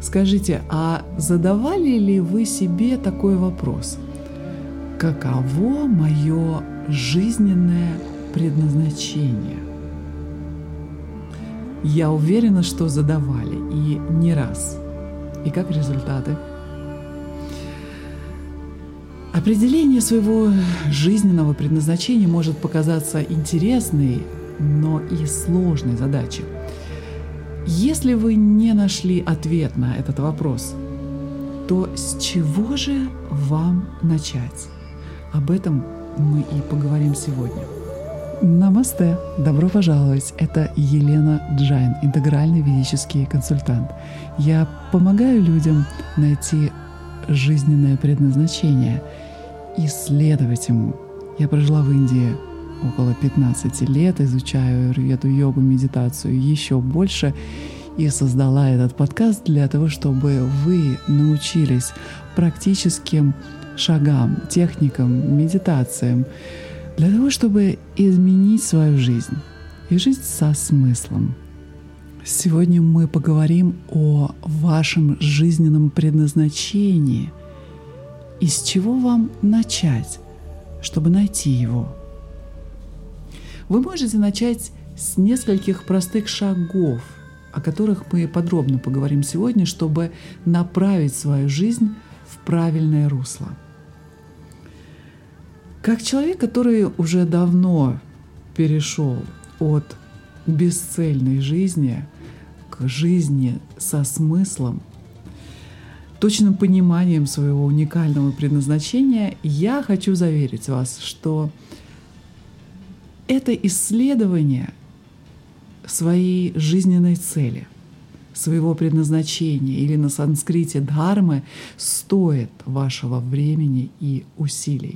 Скажите, а задавали ли вы себе такой вопрос? Каково мое жизненное предназначение? Я уверена, что задавали, и не раз. И как результаты? Определение своего жизненного предназначения может показаться интересной, но и сложной задачей. Если вы не нашли ответ на этот вопрос, то с чего же вам начать? Об этом мы и поговорим сегодня. Намасте! Добро пожаловать! Это Елена Джайн, интегральный ведический консультант. Я помогаю людям найти жизненное предназначение, исследовать ему. Я прожила в Индии около 15 лет, изучаю аюрведу, йогу, медитацию еще больше и создала этот подкаст для того, чтобы вы научились практическим шагам, техникам, медитациям, для того, чтобы изменить свою жизнь и жить со смыслом. Сегодня мы поговорим о вашем жизненном предназначении и с чего вам начать, чтобы найти его. Вы можете начать с нескольких простых шагов, о которых мы подробно поговорим сегодня, чтобы направить свою жизнь в правильное русло. Как человек, который уже давно перешел от бесцельной жизни к жизни со смыслом, точным пониманием своего уникального предназначения, я хочу заверить вас, что это исследование своей жизненной цели, своего предназначения или на санскрите дхармы стоит вашего времени и усилий.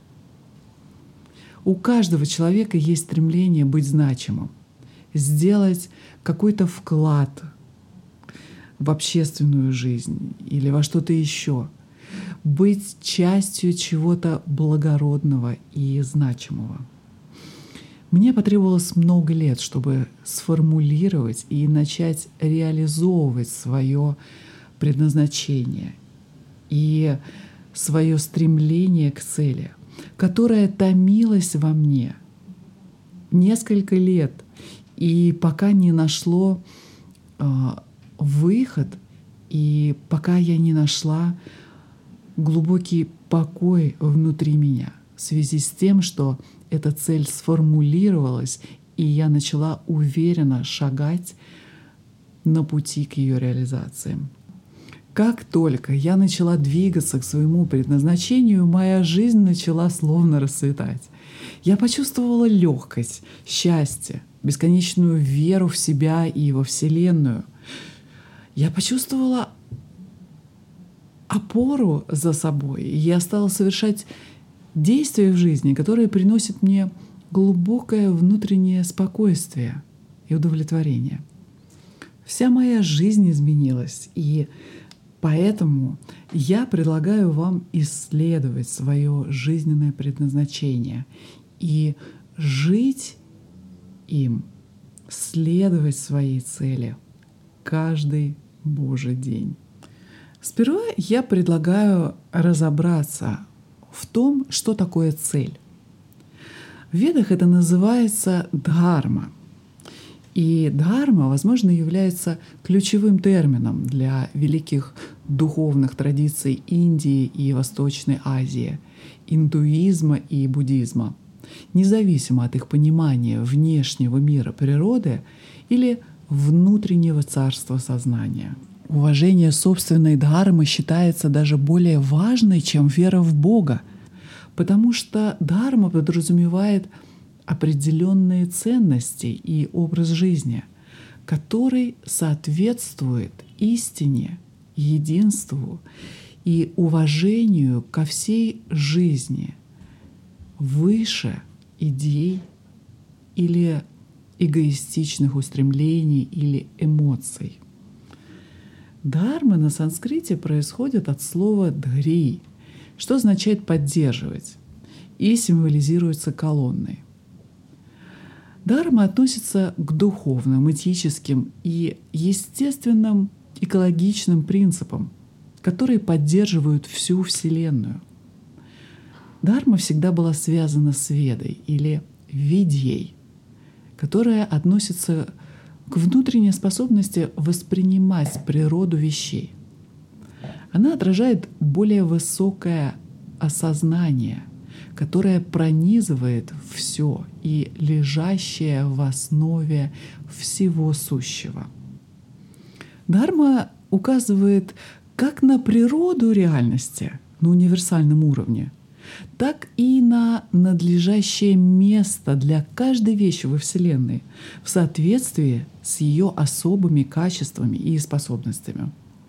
У каждого человека есть стремление быть значимым, сделать какой-то вклад в общественную жизнь или во что-то еще, быть частью чего-то благородного и значимого. Мне потребовалось много лет, чтобы сформулировать и начать реализовывать свое предназначение и свое стремление к цели, которое томилось во мне несколько лет, и пока не нашло выход, и пока я не нашла глубокий покой внутри меня в связи с тем, что эта цель сформулировалась, и я начала уверенно шагать на пути к ее реализации. Как только я начала двигаться к своему предназначению, моя жизнь начала словно расцветать. Я почувствовала легкость, счастье, бесконечную веру в себя и во Вселенную. Я почувствовала опору за собой, и я стала совершать действия в жизни, которые приносят мне глубокое внутреннее спокойствие и удовлетворение. Вся моя жизнь изменилась, и поэтому я предлагаю вам исследовать свое жизненное предназначение и жить им, следовать своей цели каждый Божий день. Сперва я предлагаю разобраться в том, что такое цель. В Ведах это называется дхарма. И дхарма, возможно, является ключевым термином для великих духовных традиций Индии и Восточной Азии, индуизма и буддизма, независимо от их понимания внешнего мира природы или внутреннего царства сознания. Уважение собственной дхармы считается даже более важной, чем вера в Бога, потому что дхарма подразумевает определенные ценности и образ жизни, который соответствует истине, единству и уважению ко всей жизни, выше идей или эгоистичных устремлений или эмоций. Дхарма на санскрите происходит от слова «дхри», что означает «поддерживать», и символизируется колонной. Дхарма относится к духовным, этическим и естественным экологичным принципам, которые поддерживают всю Вселенную. Дхарма всегда была связана с Ведой или Видьей, которая относится к внутренней способности воспринимать природу вещей. Она отражает более высокое осознание, которое пронизывает все и лежащее в основе всего сущего. Дхарма указывает как на природу реальности на универсальном уровне, так и на надлежащее место для каждой вещи во Вселенной в соответствии с ее особыми качествами и способностями.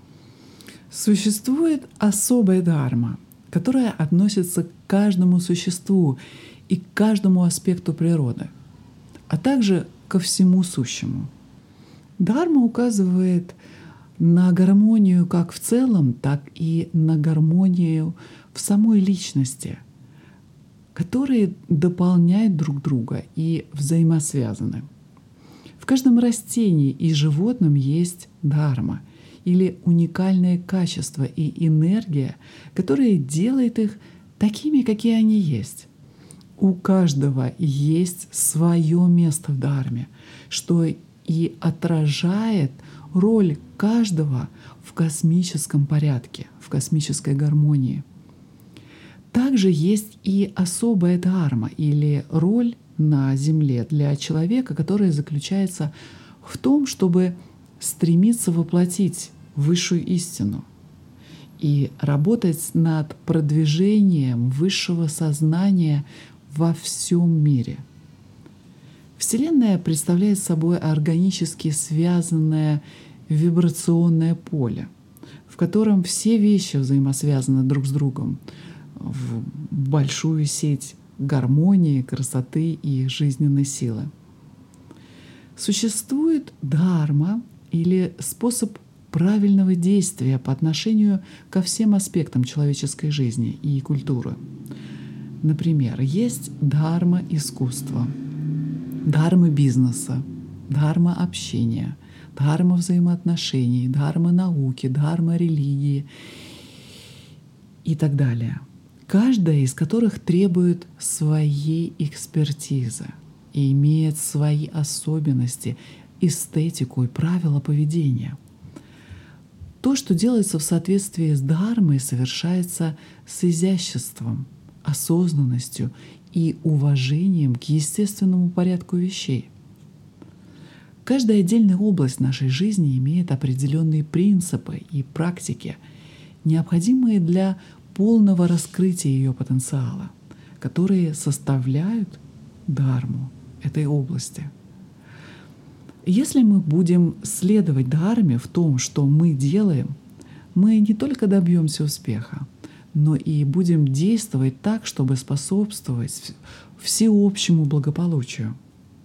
Существует особая дхарма, которая относится к каждому существу и к каждому аспекту природы, а также ко всему сущему. Дхарма указывает на гармонию как в целом, так и на гармонию в самой личности, которые дополняют друг друга и взаимосвязаны. В каждом растении и животном есть дхарма или уникальные качества и энергия, которые делают их такими, какие они есть. У каждого есть свое место в дхарме, что и отражает роль каждого в космическом порядке, в космической гармонии. Также есть и особая дхарма или роль на Земле для человека, которая заключается в том, чтобы стремиться воплотить высшую истину и работать над продвижением высшего сознания во всем мире. Вселенная представляет собой органически связанное вибрационное поле, в котором все вещи взаимосвязаны друг с другом в большую сеть гармонии, красоты и жизненной силы. Существует дхарма или способ правильного действия по отношению ко всем аспектам человеческой жизни и культуры. Например, есть дхарма искусства, дхарма бизнеса, дхарма общения, дхарма взаимоотношений, дхарма науки, дхарма религии и так далее. Каждая из которых требует своей экспертизы и имеет свои особенности, эстетику и правила поведения. То, что делается в соответствии с дхармой, совершается с изяществом, осознанностью и уважением к естественному порядку вещей. Каждая отдельная область нашей жизни имеет определенные принципы и практики, необходимые для полного раскрытия ее потенциала, которые составляют дхарму этой области. Если мы будем следовать дхарме в том, что мы делаем, мы не только добьемся успеха, но и будем действовать так, чтобы способствовать всеобщему благополучию.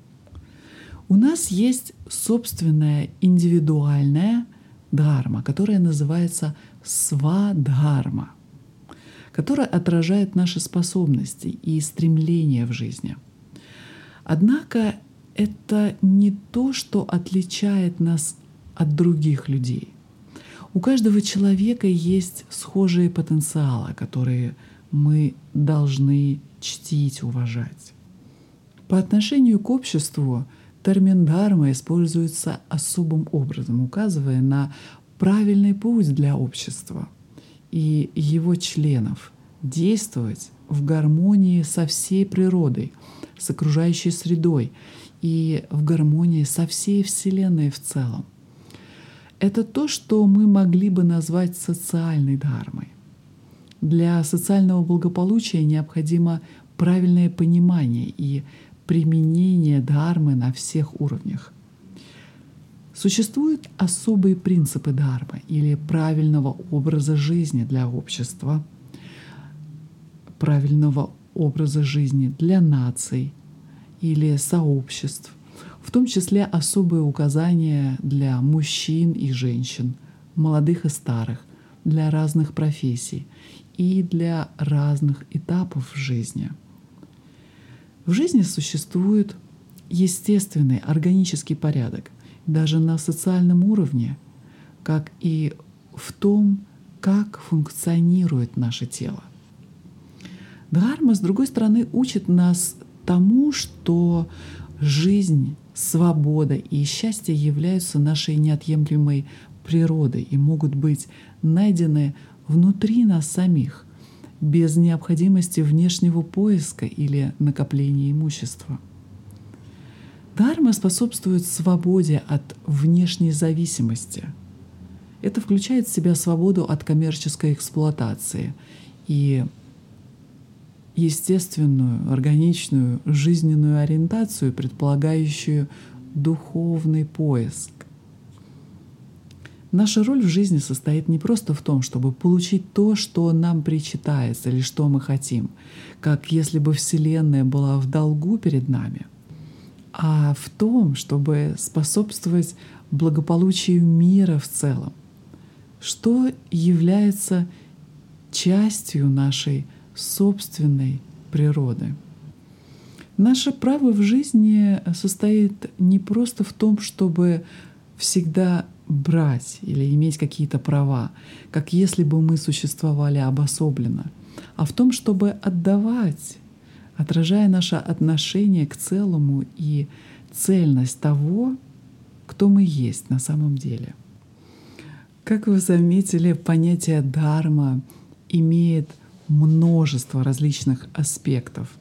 У нас есть собственная индивидуальная дхарма, которая называется свадхарма, которая отражает наши способности и стремления в жизни. Однако это не то, что отличает нас от других людей. У каждого человека есть схожие потенциалы, которые мы должны чтить, уважать. По отношению к обществу термин «дхарма» используется особым образом, указывая на правильный путь для общества и его членов действовать в гармонии со всей природой, с окружающей средой и в гармонии со всей Вселенной в целом. Это то, что мы могли бы назвать социальной дхармой. Для социального благополучия необходимо правильное понимание и применение дхармы на всех уровнях. Существуют особые принципы дхармы или правильного образа жизни для общества, правильного образа жизни для наций или сообществ, в том числе особые указания для мужчин и женщин, молодых и старых, для разных профессий и для разных этапов жизни. В жизни существует естественный органический порядок. Даже на социальном уровне как и в том, как функционирует наше тело. Дхарма, с другой стороны, учит нас тому, что жизнь, свобода и счастье являются нашей неотъемлемой природой и могут быть найдены внутри нас самих, без необходимости внешнего поиска или накопления имущества. Дхарма способствует свободе от внешней зависимости. Это включает в себя свободу от коммерческой эксплуатации и естественную, органичную, жизненную ориентацию, предполагающую духовный поиск. Наша роль в жизни состоит не просто в том, чтобы получить то, что нам причитается или что мы хотим, как если бы Вселенная была в долгу перед нами, а в том, чтобы способствовать благополучию мира в целом, что является частью нашей собственной природы. Наше право в жизни состоит не просто в том, чтобы всегда брать или иметь какие-то права, как если бы мы существовали обособленно, а в том, чтобы отдавать, отражая наше отношение к целому и цельность того, кто мы есть на самом деле. Как вы заметили, понятие «дхарма» имеет множество различных аспектов.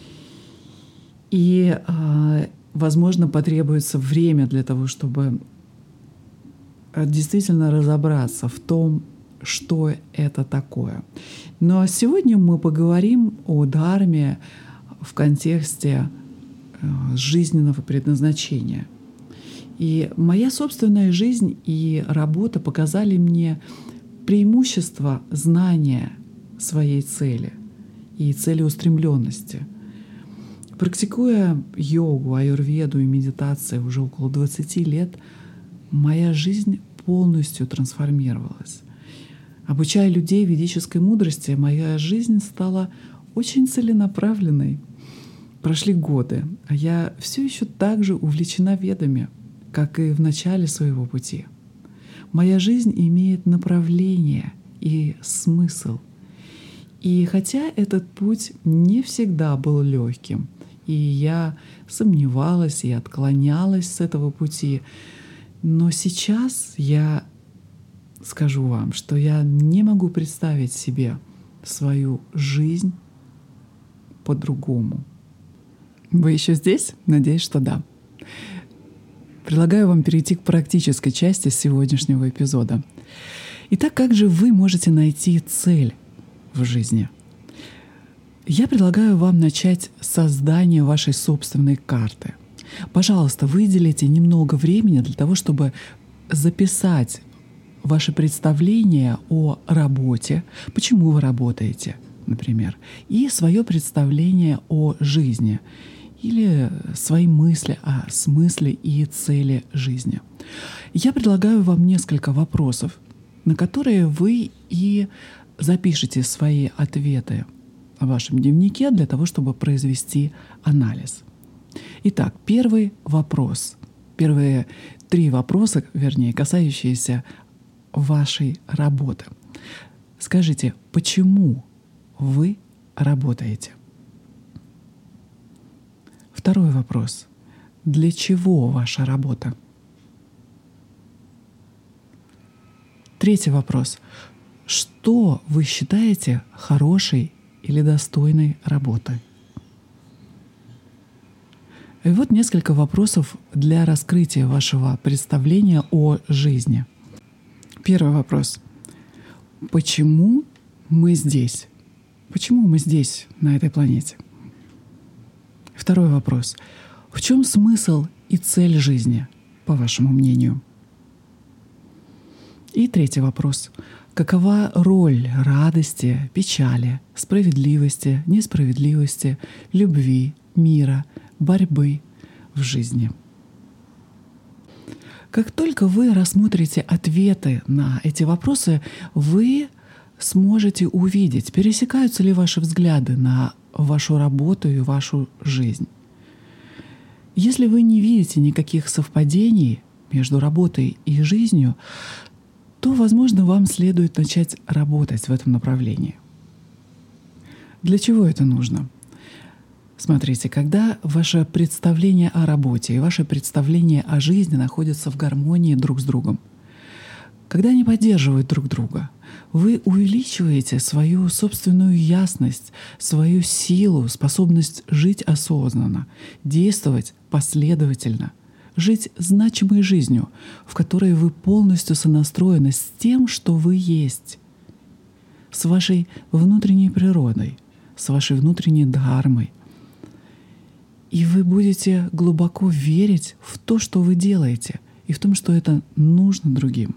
И, возможно, потребуется время для того, чтобы действительно разобраться в том, что это такое. Но сегодня мы поговорим о дхарме в контексте жизненного предназначения. И моя собственная жизнь и работа показали мне преимущество знания своей цели и целеустремленности. Практикуя йогу, аюрведу и медитацию уже около 20 лет, моя жизнь полностью трансформировалась. Обучая людей ведической мудрости, моя жизнь стала очень целенаправленной. Прошли годы, а я все еще так же увлечена ведами, как и в начале своего пути. Моя жизнь имеет направление и смысл. И хотя этот путь не всегда был легким, и я сомневалась и отклонялась с этого пути, но сейчас я скажу вам, что я не могу представить себе свою жизнь по-другому. Вы еще здесь? Надеюсь, что да. Предлагаю вам перейти к практической части сегодняшнего эпизода. Итак, как же вы можете найти цель в жизни? Я предлагаю вам начать с создания вашей собственной карты. Пожалуйста, выделите немного времени для того, чтобы записать ваше представление о работе, почему вы работаете, например, и свое представление о жизни или свои мысли о смысле и цели жизни. Я предлагаю вам несколько вопросов, на которые вы и запишите свои ответы в вашем дневнике для того, чтобы произвести анализ. Итак, первый вопрос. Первые 3 вопроса, вернее, касающиеся вашей работы. Скажите, почему вы работаете? Второй вопрос. Для чего ваша работа? Третий вопрос. Что вы считаете хорошей или достойной работой? И вот несколько вопросов для раскрытия вашего представления о жизни. Первый вопрос. Почему мы здесь? Почему мы здесь, на этой планете? Второй вопрос. В чем смысл и цель жизни, по вашему мнению? И третий вопрос. Какова роль радости, печали, справедливости, несправедливости, любви, мира, борьбы в жизни? Как только вы рассмотрите ответы на эти вопросы, вы сможете увидеть, пересекаются ли ваши взгляды на вашу работу и вашу жизнь. Если вы не видите никаких совпадений между работой и жизнью, то, возможно, вам следует начать работать в этом направлении. Для чего это нужно? Смотрите, когда ваше представление о работе и ваше представление о жизни находятся в гармонии друг с другом, когда они поддерживают друг друга, вы увеличиваете свою собственную ясность, свою силу, способность жить осознанно, действовать последовательно, жить значимой жизнью, в которой вы полностью сонастроены с тем, что вы есть, с вашей внутренней природой, с вашей внутренней дхармой. И вы будете глубоко верить в то, что вы делаете, и в том, что это нужно другим.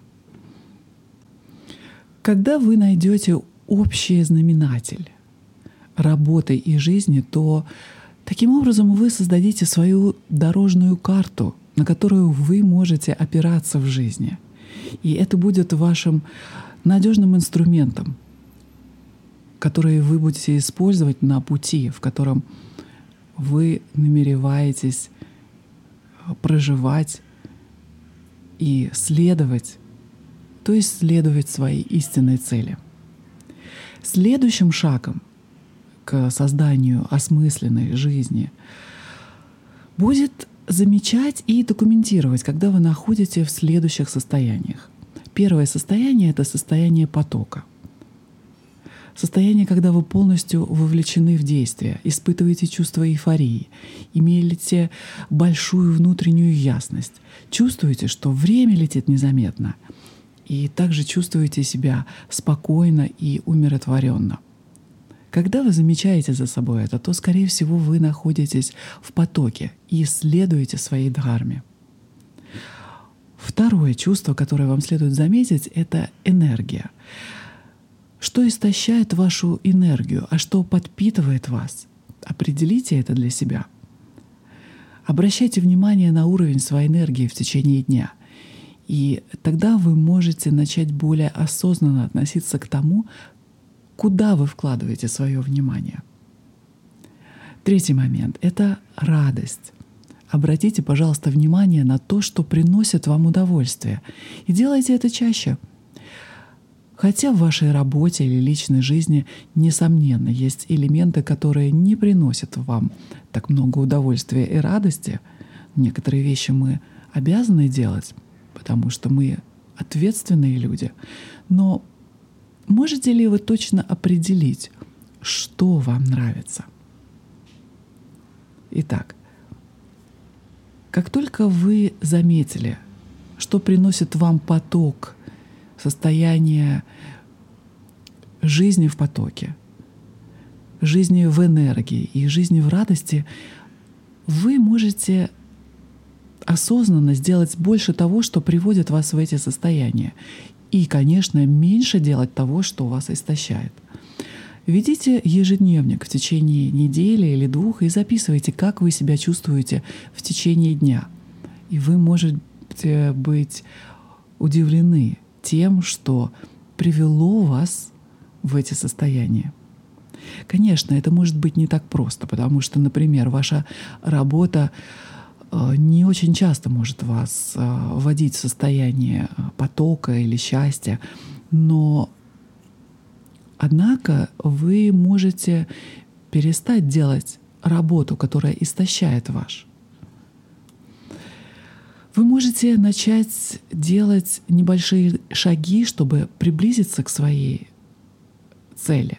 Когда вы найдете общий знаменатель работы и жизни, то таким образом вы создадите свою дорожную карту, на которую вы можете опираться в жизни. И это будет вашим надежным инструментом, который вы будете использовать на пути, в котором вы намереваетесь проживать и следовать, то есть следовать своей истинной цели. Следующим шагом к созданию осмысленной жизни будет замечать и документировать, когда вы находитесь в следующих состояниях. Первое состояние — это состояние потока. Состояние, когда вы полностью вовлечены в действие, испытываете чувство эйфории, имеете большую внутреннюю ясность, чувствуете, что время летит незаметно, и также чувствуете себя спокойно и умиротворенно. Когда вы замечаете за собой это, то, скорее всего, вы находитесь в потоке и следуете своей дхарме. Второе чувство, которое вам следует заметить, это энергия. Что истощает вашу энергию, а что подпитывает вас? Определите это для себя. Обращайте внимание на уровень своей энергии в течение дня. И тогда вы можете начать более осознанно относиться к тому, куда вы вкладываете свое внимание. Третий момент — это радость. Обратите, пожалуйста, внимание на то, что приносит вам удовольствие. И делайте это чаще. Хотя в вашей работе или личной жизни, несомненно, есть элементы, которые не приносят вам так много удовольствия и радости. Некоторые вещи мы обязаны делать, потому что мы ответственные люди. Но можете ли вы точно определить, что вам нравится? Итак, как только вы заметили, что приносит вам поток, состояние жизни в потоке, жизни в энергии и жизни в радости, вы можете осознанно сделать больше того, что приводит вас в эти состояния. И, конечно, меньше делать того, что вас истощает. Ведите ежедневник в течение недели или двух и записывайте, как вы себя чувствуете в течение дня. И вы можете быть удивлены тем, что привело вас в эти состояния. Конечно, это может быть не так просто, потому что, например, ваша работа не очень часто может вас вводить в состояние потока или счастья, но однако вы можете перестать делать работу, которая истощает вас. Вы можете начать делать небольшие шаги, чтобы приблизиться к своей цели.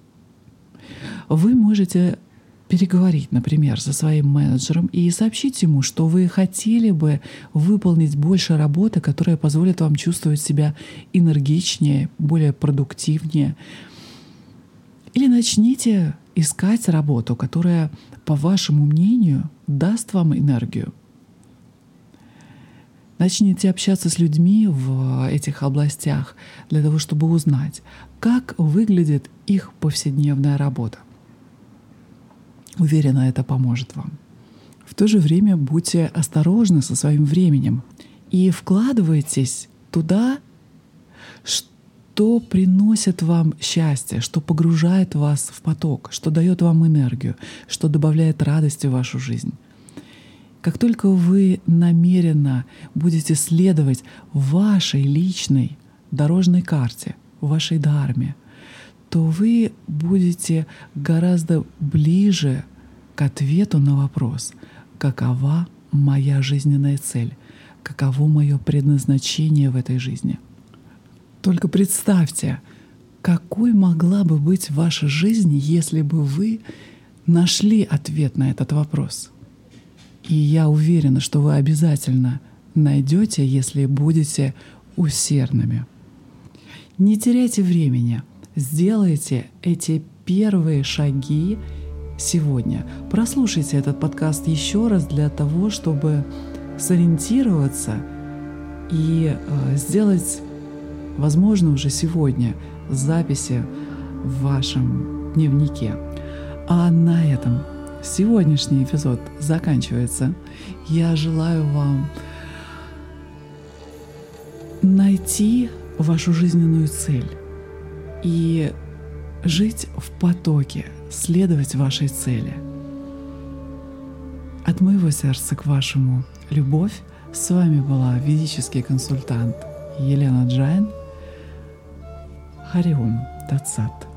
Вы можете переговорить, например, со своим менеджером и сообщить ему, что вы хотели бы выполнить больше работы, которая позволит вам чувствовать себя энергичнее, более продуктивнее. Или начните искать работу, которая, по вашему мнению, даст вам энергию. Начните общаться с людьми в этих областях для того, чтобы узнать, как выглядит их повседневная работа. Уверена, это поможет вам. В то же время будьте осторожны со своим временем и вкладывайтесь туда, что приносит вам счастье, что погружает вас в поток, что дает вам энергию, что добавляет радости в вашу жизнь. Как только вы намеренно будете следовать вашей личной дорожной карте, в вашей дхарме, то вы будете гораздо ближе к ответу на вопрос, какова моя жизненная цель, каково мое предназначение в этой жизни. Только представьте, какой могла бы быть ваша жизнь, если бы вы нашли ответ на этот вопрос. И я уверена, что вы обязательно найдете, если будете усердными. Не теряйте времени, сделайте эти первые шаги сегодня. Прослушайте этот подкаст еще раз для того, чтобы сориентироваться и сделать, возможно, уже сегодня записи в вашем дневнике. А на этом сегодняшний эпизод заканчивается. Я желаю вам найти вашу жизненную цель и жить в потоке, следовать вашей цели. От моего сердца к вашему любовь. С вами была ведический консультант Елена Джайн. Хари Ом Тат Сат.